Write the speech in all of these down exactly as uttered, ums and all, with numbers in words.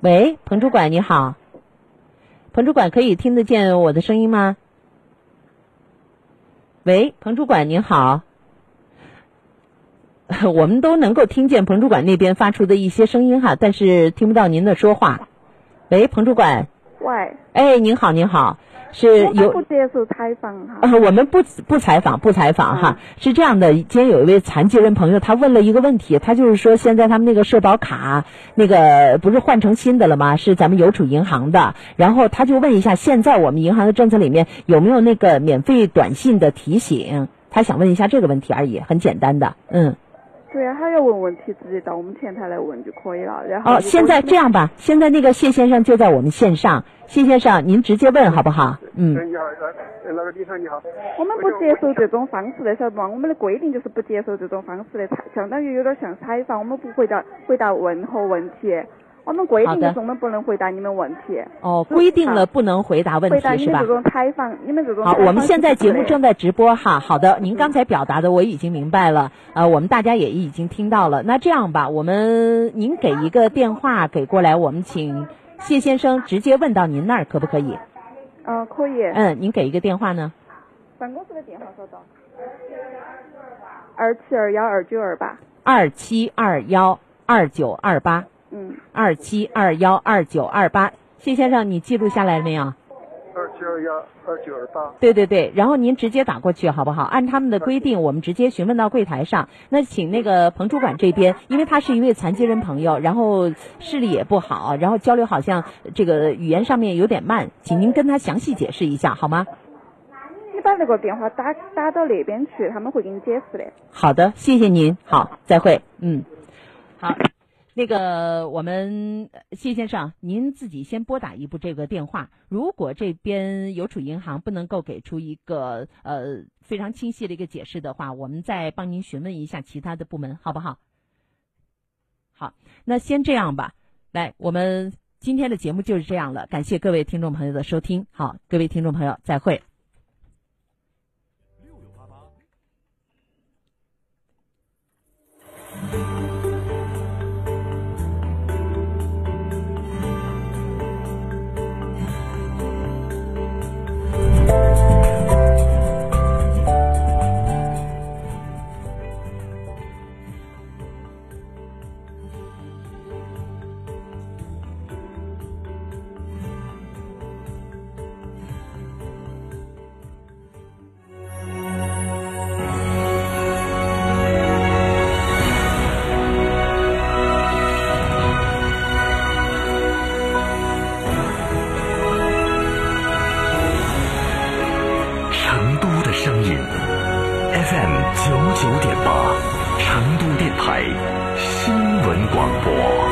喂，彭主管你好，彭主管可以听得见我的声音吗？喂，彭主管您好，我们都能够听见彭主管那边发出的一些声音哈，但是听不到您的说话。喂，彭主管。 喂。 哎，您好，您好。是有不接受采访哈、 呃，我们不不采访不采访哈、嗯，是这样的，今天有一位残疾人朋友，他问了一个问题，他就是说现在他们那个社保卡那个不是换成新的了吗？是咱们邮储银行的，然后他就问一下，现在我们银行的政策里面有没有那个免费短信的提醒？他想问一下这个问题而已，很简单的，嗯。 对啊，他要问问题直接到我们前台来问就可以了。然后哦，现在这样吧，现在那个谢先生就在我们线上，谢先生您直接问好不好？嗯。 你好，那个李生你好。 我们不接受这种方式的，晓得吗？我们的规定就是不接受这种方式的，相当于有点像采访，我们不回答回答任何问题。我们规定就是我们不能回答你们问题。 哦，规定了不能回答问题是吧？ 回答你们这种采访，你们这种好，我们现在节目正在直播哈。好的，您刚才表达的我已经明白了，呃，我们大家也已经听到了。那这样吧，我们您给一个电话给过来，我们请谢先生直接问到您那儿，可不可以？ 嗯、呃，可以。 嗯，您给一个电话呢？ 办公室的电话稍等。二七二幺二九二八。 二七二幺二九二八。 嗯， 二七二幺二九二八，谢先生，你记录下来了没有？ 二七二幺二九二八。 对对对，然后您直接打过去好不好？按他们的规定，我们直接询问到柜台上。那请那个彭主管这边，因为他是一位残疾人朋友，然后视力也不好，然后交流好像这个语言上面有点慢，请您跟他详细解释一下好吗？ 你把那个电话打打到那边去，他们会给你解释的。 好的，谢谢您，好，再会，嗯，好。那个，我们谢先生，您自己先拨打一部这个电话。如果这边邮储银行不能够给出一个呃非常清晰的一个解释的话，我们再帮您询问一下其他的部门，好不好？好，那先这样吧。来，我们今天的节目就是这样了，感谢各位听众朋友的收听。好，各位听众朋友，再会。 F M 九九点八，成都电台新闻广播。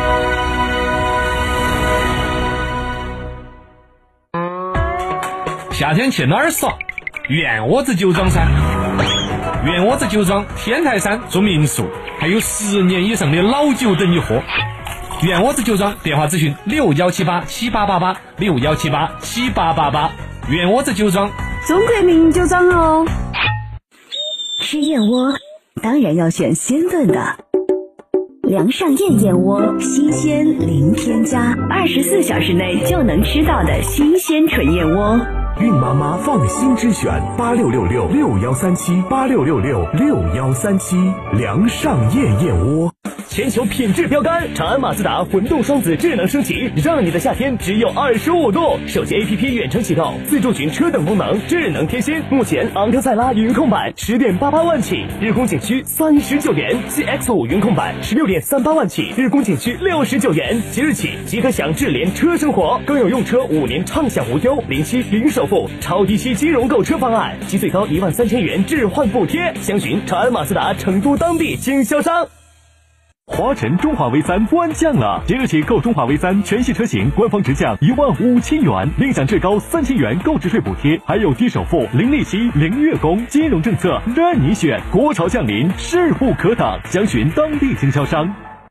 夏天去哪儿耍？院窝子酒庄噻！院窝子酒庄天台山住民宿，还有十年以上的老酒等你喝。院窝子酒庄电话咨询六幺七八七八八八六幺七八七八八八。院窝子酒庄， 中国名酒庄哦。吃燕窝当然要选鲜炖的，梁上燕燕窝，新鲜零添加，二十四小时内就能吃到的新鲜纯燕窝。 孕妈妈放心之选，八六六六六幺三七八六六六六幺三七，梁上燕燕窝。 全球品质标杆，长安马自达混动双子智能升级，让你的夏天只有二十五度。手机 A P P 远程启动，自助群车等功能，智能贴心。目前昂克赛拉云控版十点八八万起，日供仅需三十九元 ；C X 五云控版十六点三八万起，日供仅需六十九元。即日起即可享智联车生活，更有用车五年畅享无忧，零息零首付，超低息金融购车方案，及最高一万三千元置换补贴。详询长安马自达成都当地经销商。 华晨中华 V 三官降了，即日起购中华 V 三全系车型，官方直降一万五千元，另享最高三千元购置税补贴，还有低首付、零利息、零月供，金融政策任你选。国潮降临，势不可挡，详询当地经销商。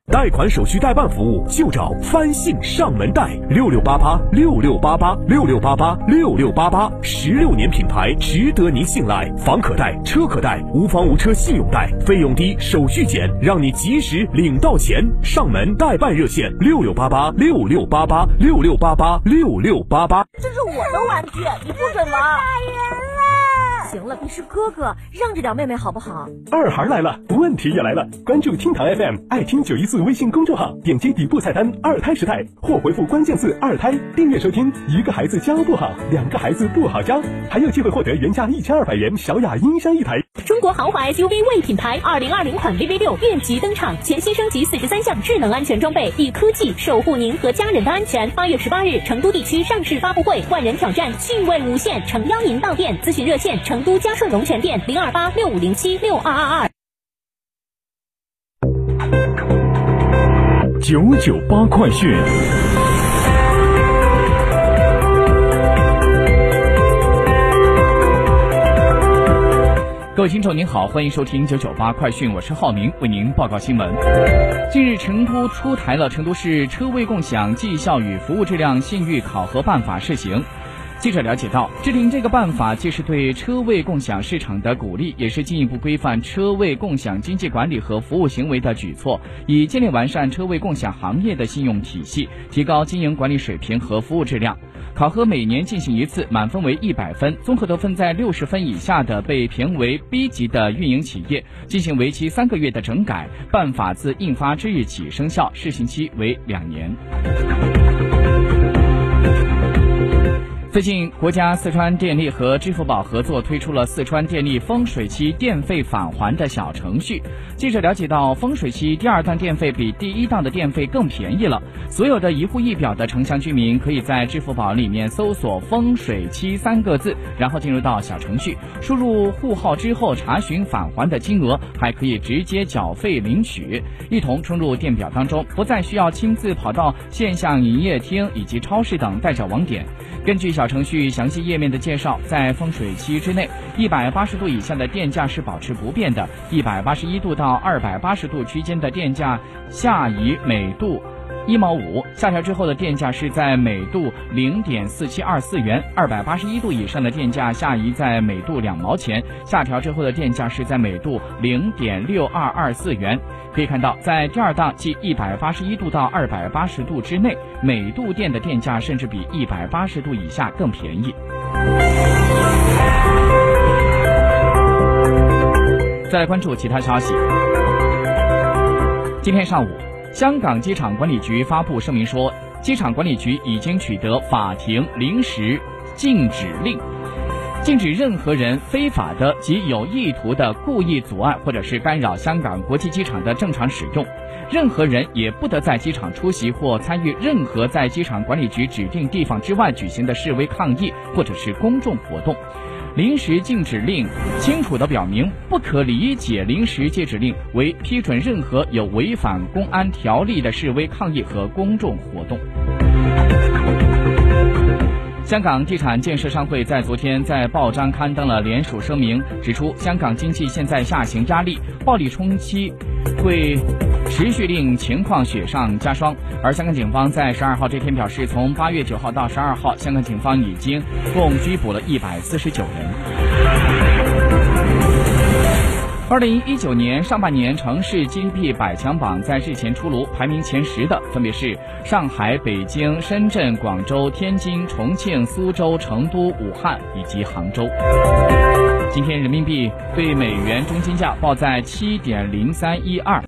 贷款手续代办服务就找翻信上门贷，六六八八六六八八六六八八六六八八，十六年品牌，值得您信赖。房可贷，车可贷，无房无车信用贷，费用低，手续简，让你及时领到钱。上门代办热线六六八八六六八八六六八八六六八八。 这是我的玩具，你不准玩。打人了！行了，你是哥哥，让着点妹妹好不好？ 二孩来了，问题也来了。关注厅堂 F M 爱听九一四微信公众号，点击底部菜单二胎时代，或回复关键字二胎订阅收听。一个孩子教不好，两个孩子不好教，还有机会获得原价一千二百元小雅音箱一台。 中国豪华 S U V 魏品牌二零二零款 V V 六院级登场，全新升级四十三项智能安全装备，以科技守护您和家人的安全。八月十八日，成都地区上市发布会，万人挑战，趣味无限，诚邀您到店。咨询热线：成都嘉顺龙泉店零二八六五零七六二二二。 九九八快讯。 各位听众您好，欢迎收听九九八快讯，我是浩明，为您报告新闻。近日，成都出台了成都市车位共享绩效与服务质量信誉考核办法试行。记者了解到，制定这个办法既是对车位共享市场的鼓励，也是进一步规范车位共享经济管理和服务行为的举措，以建立完善车位共享行业的信用体系，提高经营管理水平和服务质量。考核每年进行一次，满分为一百分，综合得分在六十分以下的被评为 B 级的运营企业进行为期三个月的整改。办法自印发之日起生效，试行期为两年。最近，国家四川电力和支付宝合作推出了四川电力丰水期电费返还的小程序。记者了解到，丰水期第二档电费比第一档的电费更便宜了。所有的一户一表的城乡居民可以在支付宝里面搜索丰水期三个字，然后进入到小程序，输入户号之后查询返还的金额，还可以直接缴费领取，一同充入电表当中，不再需要亲自跑到线下营业厅以及超市等代缴网点。根据小程序详细页面的介绍，在丰水期之内，一百八十度以下的电价是保持不变的，一百八十一度到二百八十度区间的电价下移每度一毛五，下调之后的电价是在每度零点四七二四元；二百八十一度以上的电价下移在每度两毛钱，下调之后的电价是在每度零点六二二四元。可以看到，在第二档即一百八十一度到二百八十度之内，每度电的电价甚至比一百八十度以下更便宜。再来关注其他消息。今天上午，香港机场管理局发布声明说，机场管理局已经取得法庭临时禁止令，禁止任何人非法的及有意图的故意阻碍或者是干扰香港国际机场的正常使用。任何人也不得在机场出席或参与任何在机场管理局指定地方之外举行的示威抗议或者是公众活动。临时禁止令清楚地表明，不可理解临时禁止令为批准任何有违反公安条例的示威抗议和公众活动。香港地产建设商会在昨天在报章刊登了联署声明，指出香港经济现在下行压力、暴力冲击会持续令情况雪上加霜。而香港警方在十二号这天表示，从八月九号到十二号，香港警方已经共拘捕了一百四十九人。二零一九年上半年城市 G D P 百强榜在日前出炉，排名前十的分别是上海、北京、深圳、广州、天津、重庆、苏州、成都、武汉以及杭州。今天人民币对美元中间价报在七点零三一二。